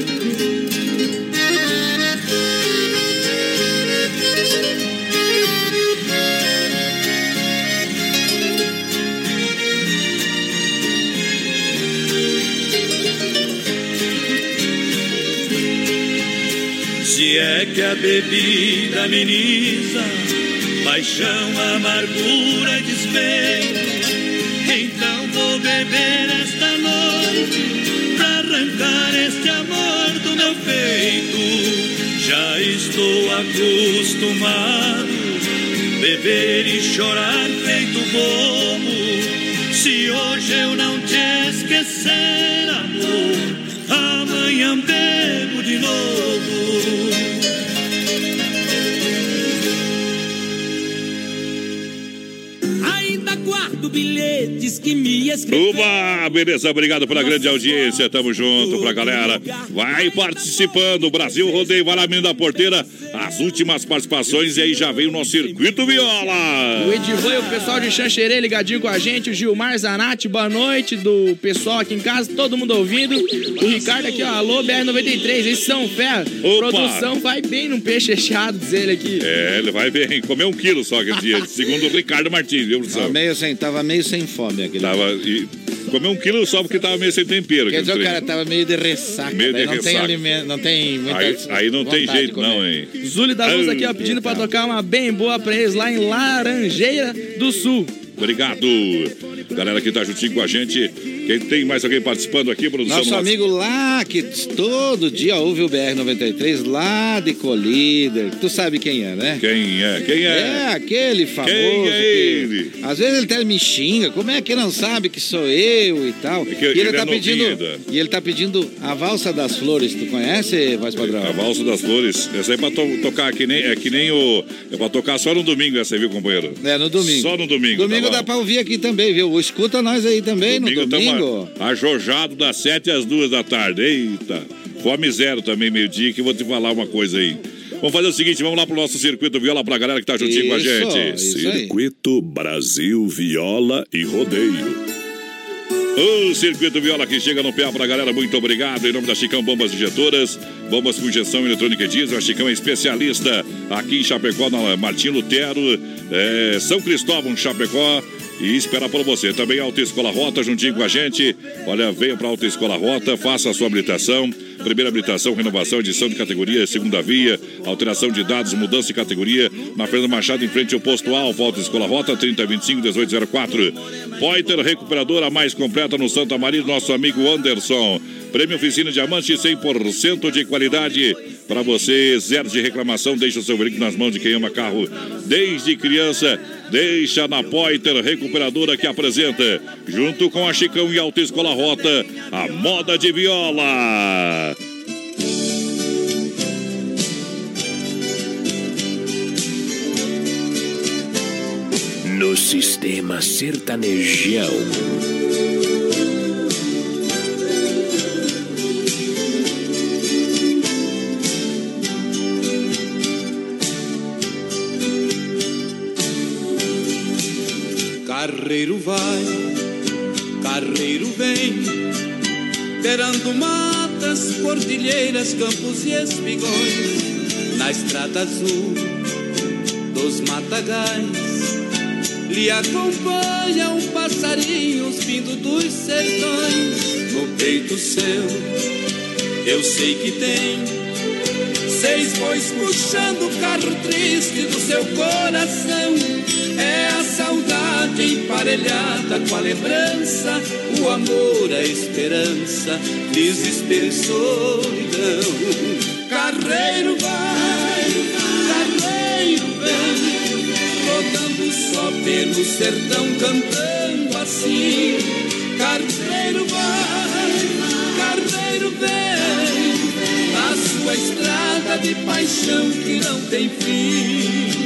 Se é que a bebida ameniza paixão, amargura e despeito, então vou beber esta noite pra arrancar este amor do meu peito. Já estou acostumado beber e chorar feito bobo. Se hoje eu não te esquecer, amor, amanhã bebo de novo. Ainda guardo bilhetes que me escreveram. Uba, beleza, obrigado pela grande audiência, tamo junto pra galera. Vai participando, Brasil Rodeio, vai lá, menino da porteira. As últimas participações e aí já vem o nosso Circuito Viola. O Edivan e o pessoal de Xanxerê ligadinho com a gente. O Gilmar Zanatti, boa noite do pessoal aqui em casa, todo mundo ouvindo. O Ricardo aqui, ó, alô BR-93, esses são fé. Produção vai bem no peixe recheado, diz ele aqui. Ele vai bem, comeu 1 quilo só aquele dia, segundo o Ricardo Martins, viu, produção? Tava meio sem fome aquele dia. Comeu 1 quilo só porque tava meio sem tempero. Quer dizer, o cara tava meio de ressaca. Tem alimento, não tem muita aí não tem jeito não, hein? Zuli da Luz aqui, ó, pedindo pra tocar uma bem boa pra eles lá em Laranjeira do Sul. Obrigado. Galera que tá juntinho com a gente. Quem tem mais alguém participando aqui, produção? Nosso amigo lá, que todo dia ouve o BR-93, lá de Colíder. Tu sabe quem é, né? Quem é? É aquele famoso. Quem é ele? Que, às vezes ele até me xinga. Como é que não sabe que sou eu e tal? É que e ele tá pedindo a Valsa das Flores. Tu conhece, Voz Padrão? A Valsa das Flores. Essa aí é pra tocar que nem o... É pra tocar só no domingo essa aí, viu, companheiro? É, no domingo. Só no domingo. Domingo dá pra ouvir aqui também, viu? Escuta nós aí também no domingo. Arjojado das 7 às 2 da tarde. Eita. Fome zero também, meio-dia, que eu vou te falar uma coisa aí. Vamos fazer o seguinte, vamos lá pro nosso Circuito Viola pra galera que tá juntinho com a gente. Circuito Brasil Viola e Rodeio. O Circuito Viola que chega no pé pra galera, muito obrigado. Em nome da Chicão Bombas Injetoras, bombas com injeção eletrônica e diesel. A Chicão é especialista aqui em Chapecó, na Martim Lutero, São Cristóvão, Chapecó. E espera por você. Também a Autoescola Rota juntinho com a gente. Olha, venha para a Autoescola Rota, faça a sua habilitação. Primeira habilitação, renovação, edição de categoria, segunda via, alteração de dados, mudança de categoria. Na Fernando Machado, em frente ao posto Alfa, Autoescola Rota, 3025-1804. Pointer Recuperadora, a mais completa no Santa Maria, nosso amigo Anderson. Prêmio Oficina Diamante, 100% de qualidade. Para você, zero de reclamação, deixa o seu veículo nas mãos de quem ama carro desde criança. Deixa na Pointer Recuperadora que apresenta, junto com a Chicão e a Autoescola Rota, a moda de viola. No Sistema Sertanejão. Carreiro vai, carreiro vem, beirando matas, cordilheiras, campos e espigões, na estrada azul dos matagais, lhe acompanham passarinhos vindo dos sertões. No peito seu, eu sei que tem 6 bois puxando o carro triste do seu coração. É a saudade emparelhada com a lembrança, o amor, a esperança, desespero e solidão. Carreiro vai, carreiro vem, rodando só pelo sertão, cantando assim. Carreiro vai, carreiro vem, na sua estrada de paixão que não tem fim.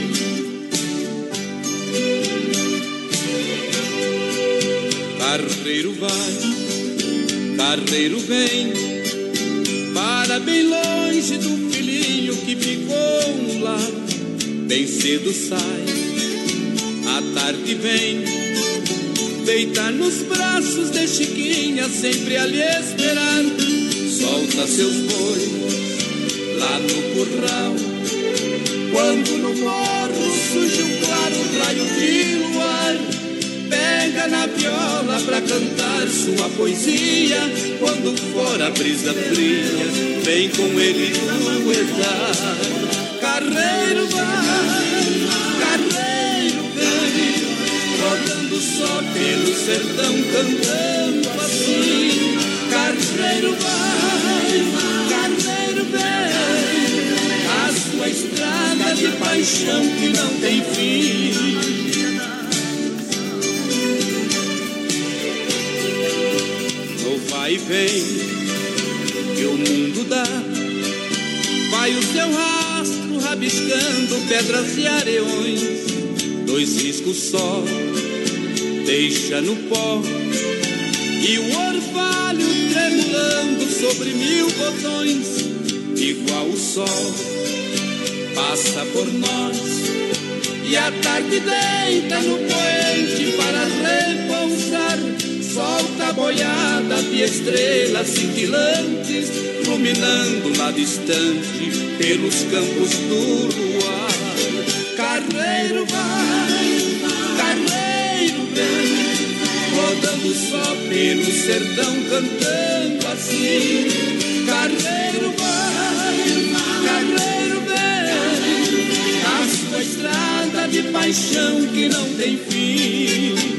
Carreiro vai, carreiro vem, para bem longe do filhinho que ficou no lar. Bem cedo sai, à tarde vem, deitar nos braços de Chiquinha, sempre a lhe esperar. Solta seus bois lá no curral, quando no morro surge um claro raio de luar. Pega na viola pra cantar sua poesia, quando for a brisa fria, vem com ele duelar. Carreiro vai, carreiro vem, rodando só pelo sertão, cantando assim. Carreiro vai, carreiro vem, a sua estrada de paixão que não tem fim. Vai e vem, que o mundo dá, vai o seu rastro rabiscando pedras e areões. 2 riscos só, deixa no pó, e o orvalho tremulando sobre 1000 botões. Igual o sol, passa por nós, e a tarde deita no poente para repousar. Solta a boiada de estrelas cintilantes, iluminando lá distante pelos campos do luar. Carreiro vai, carreiro vem, rodando só pelo sertão, cantando assim. Carreiro vai, carreiro vem, a sua estrada de paixão que não tem fim.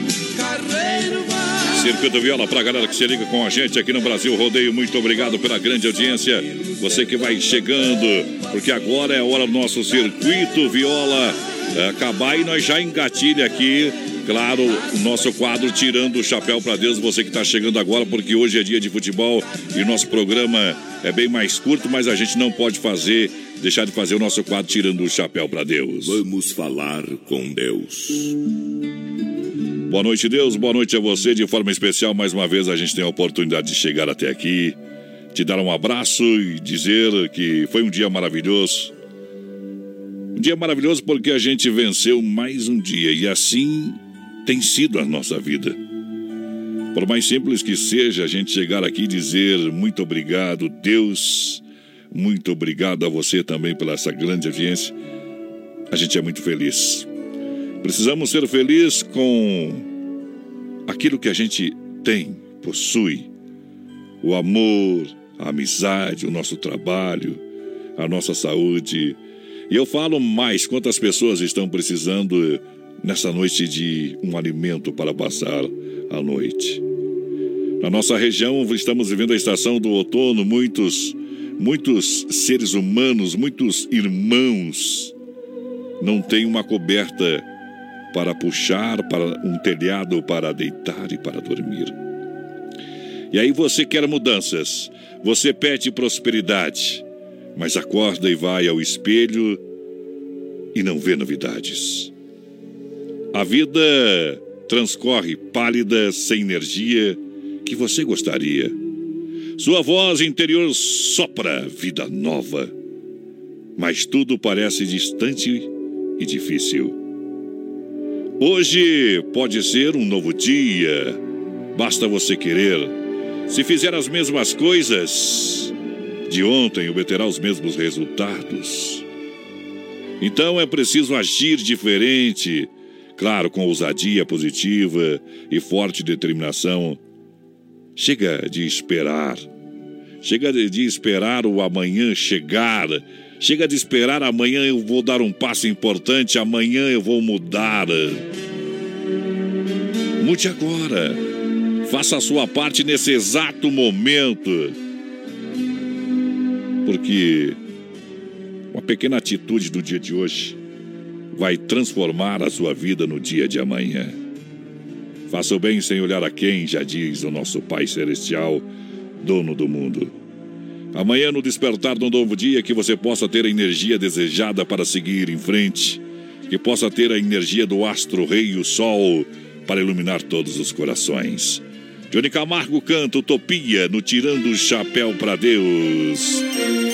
Circuito Viola, pra galera que se liga com a gente aqui no Brasil Rodeio, muito obrigado pela grande audiência. Você que vai chegando, porque agora é a hora do nosso Circuito Viola acabar e nós já engatilha aqui, claro, o nosso quadro Tirando o Chapéu pra Deus. Você que tá chegando agora, porque hoje é dia de futebol e o nosso programa é bem mais curto, mas a gente não pode deixar de fazer o nosso quadro Tirando o Chapéu pra Deus. Vamos falar com Deus. Boa noite, Deus. Boa noite a você. De forma especial, mais uma vez, a gente tem a oportunidade de chegar até aqui, te dar um abraço e dizer que foi um dia maravilhoso. Um dia maravilhoso porque a gente venceu mais um dia e assim tem sido a nossa vida. Por mais simples que seja, a gente chegar aqui e dizer muito obrigado, Deus, muito obrigado a você também pela essa grande audiência. A gente é muito feliz. Precisamos ser felizes com aquilo que a gente tem, possui. O amor, a amizade, o nosso trabalho, a nossa saúde. E eu falo mais, quantas pessoas estão precisando nessa noite de um alimento para passar a noite. Na nossa região estamos vivendo a estação do outono, muitos seres humanos, muitos irmãos não têm uma coberta para puxar, para um telhado para deitar e para dormir. E aí você quer mudanças, você pede prosperidade, mas acorda e vai ao espelho e não vê novidades. A vida transcorre pálida, sem energia que você gostaria. Sua voz interior sopra vida nova, mas tudo parece distante e difícil. Hoje pode ser um novo dia, basta você querer. Se fizer as mesmas coisas de ontem, obterá os mesmos resultados. Então é preciso agir diferente, claro, com ousadia positiva e forte determinação. Chega de esperar o amanhã chegar. Chega de esperar amanhã eu vou dar um passo importante, amanhã eu vou mudar. Mude agora. Faça a sua parte nesse exato momento. Porque uma pequena atitude do dia de hoje vai transformar a sua vida no dia de amanhã. Faça o bem sem olhar a quem, já diz o nosso Pai Celestial, dono do mundo. Amanhã, no despertar de um novo dia, que você possa ter a energia desejada para seguir em frente, que possa ter a energia do astro-rei, o sol, para iluminar todos os corações. Johnny Camargo canta Utopia no Tirando o Chapéu pra Deus.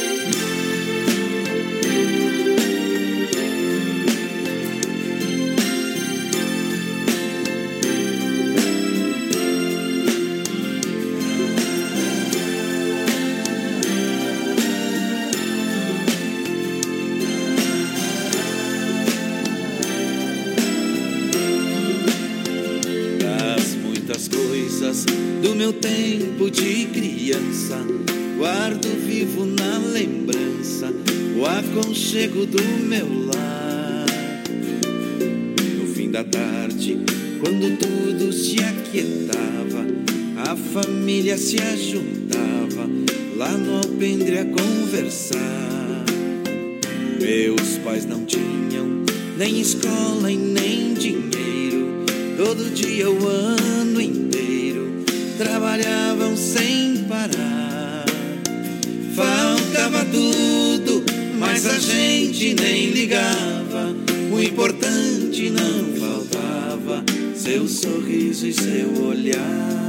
Do meu tempo de criança, guardo vivo na lembrança o aconchego do meu lar. No fim da tarde, quando tudo se aquietava, a família se ajuntava lá no alpendre a conversar. Meus pais não tinham nem escola e nem dinheiro, todo dia o ano inteiro trabalhavam sem parar. Faltava tudo, mas a gente nem ligava. O importante não faltava, seu sorriso e seu olhar.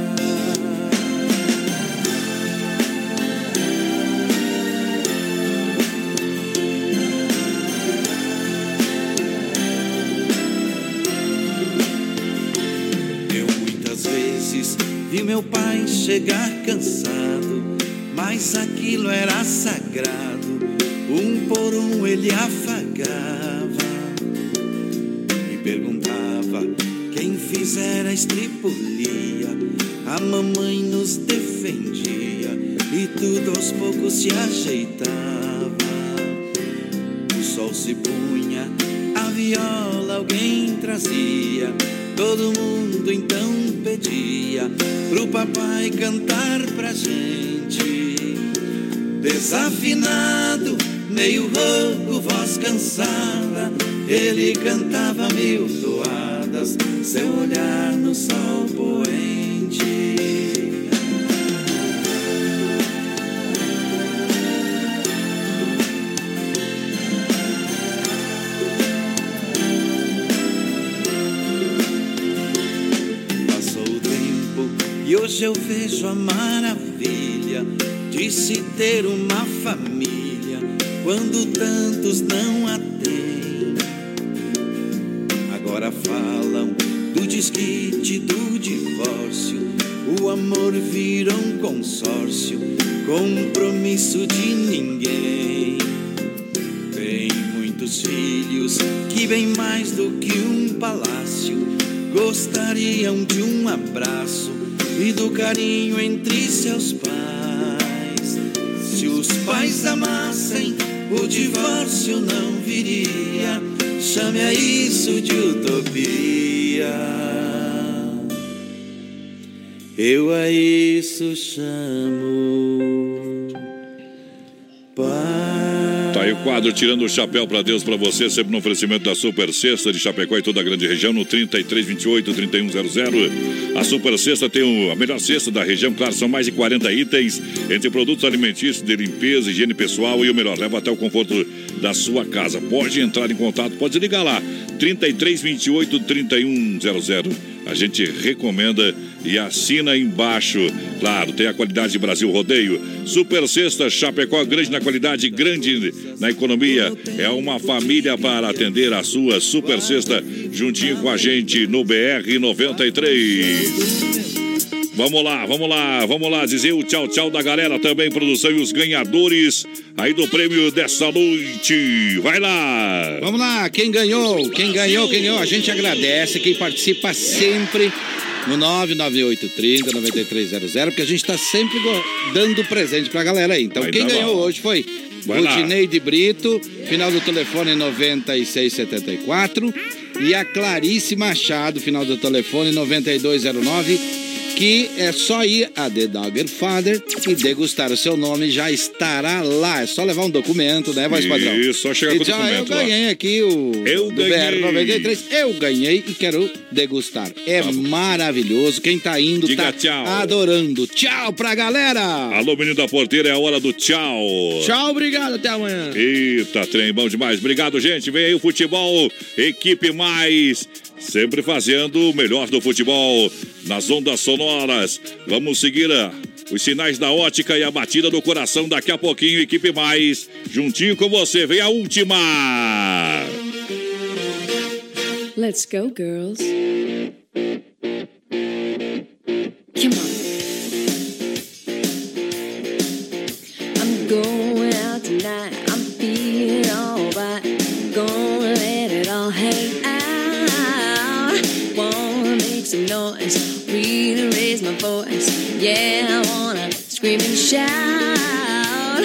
Vi meu pai chegar cansado, mas aquilo era sagrado. Um por um ele afagava e perguntava quem fizera a estripulia. A mamãe nos defendia e tudo aos poucos se ajeitava. O sol se punha, a viola alguém trazia todo mundo então pedia pro papai cantar pra gente. Desafinado, meio rouco, voz cansada, ele cantava mil toadas, seu olhar no sol poente. Passou o tempo e hoje eu vejo a maravilha de se ter uma família quando tantos não a têm. Agora falam do desquite, do divórcio, o amor virou um consórcio, compromisso de ninguém. Tem muitos filhos que bem mais do que um palácio gostariam de um abraço e do carinho entre seus pais. Se os pais amassem, o divórcio não viria. Chame a isso de utopia. Eu a isso chamo paz. Tá aí o quadro Tirando o Chapéu pra Deus pra você, sempre no oferecimento da Super Sexta de Chapecó e toda a grande região, no 3328-3100. A Super Sexta tem a melhor cesta da região, claro, são mais de 40 itens, entre produtos alimentícios, de limpeza, higiene pessoal e o melhor, leva até o conforto da sua casa. Pode entrar em contato, pode ligar lá, 3328-3100. A gente recomenda e assina embaixo. Claro, tem a qualidade de Brasil Rodeio. Super Sexta Chapecó, grande na qualidade, grande na economia. É uma família para atender a sua Super Sexta, juntinho com a gente no BR 93. Vamos lá dizer o tchau, tchau da galera também, produção, e os ganhadores aí do prêmio dessa noite. Vai lá! Vamos lá, quem ganhou, a gente agradece quem participa sempre no 99830-9300, porque a gente tá sempre dando presente pra galera aí. Então, quem ganhou hoje foi Rudineide Brito, final do telefone 9674, e a Clarice Machado, final do telefone 9209, que é só ir a The Dogger Father e degustar o seu nome, já estará lá. É só levar um documento, né, voz padrão? Isso, só chegar com o documento. Eu ganhei aqui do BR-93, eu ganhei e quero degustar. É maravilhoso, quem tá indo diga tá tchau. Adorando. Tchau pra galera! Alô, menino da porteira, é a hora do tchau. Tchau, obrigado, até amanhã. Eita, trem, bom demais. Obrigado, gente. Vem aí o futebol, equipe mais, sempre fazendo o melhor do futebol nas ondas sonoras. Vamos seguir os sinais da ótica e a batida do coração daqui a pouquinho. Equipe mais, juntinho com você. Vem a última. Let's go, girls. Come on. I'm going out tonight. I'm feeling alright. Gonna let it all hang out. Wanna make some noise, really raise my voice. Yeah, I wanna scream and shout.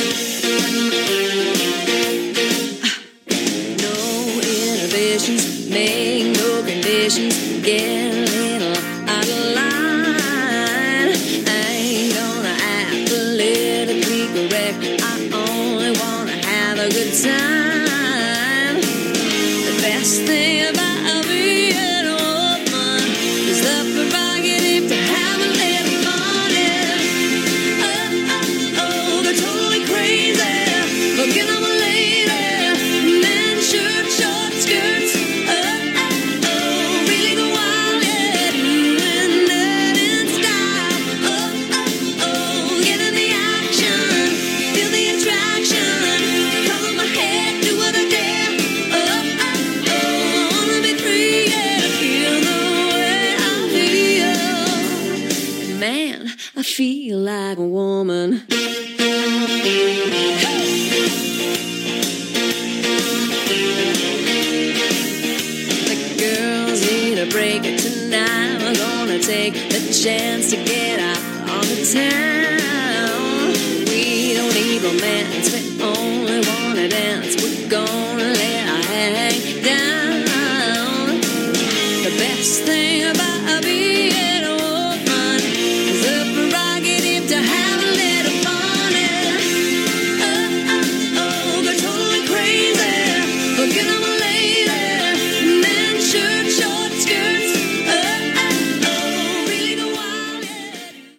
No inhibitions, make no conditions. Get a little out of line. I ain't gonna act politically correct. I only wanna have a good time. The best thing about being a woman is the prerogative to have a little fun. Oh, they're totally crazy. Forget I'm a lady. Men, shirt, short skirts. Really go wild, yeah. Doing that in style. Get in the action. Feel the attraction. Cover my head, do what I dare. Wanna be free, yeah. Feel the way I feel. Man, I feel like a woman. The girls need a break tonight. We're gonna take the chance to get out on the town. We don't need romance, we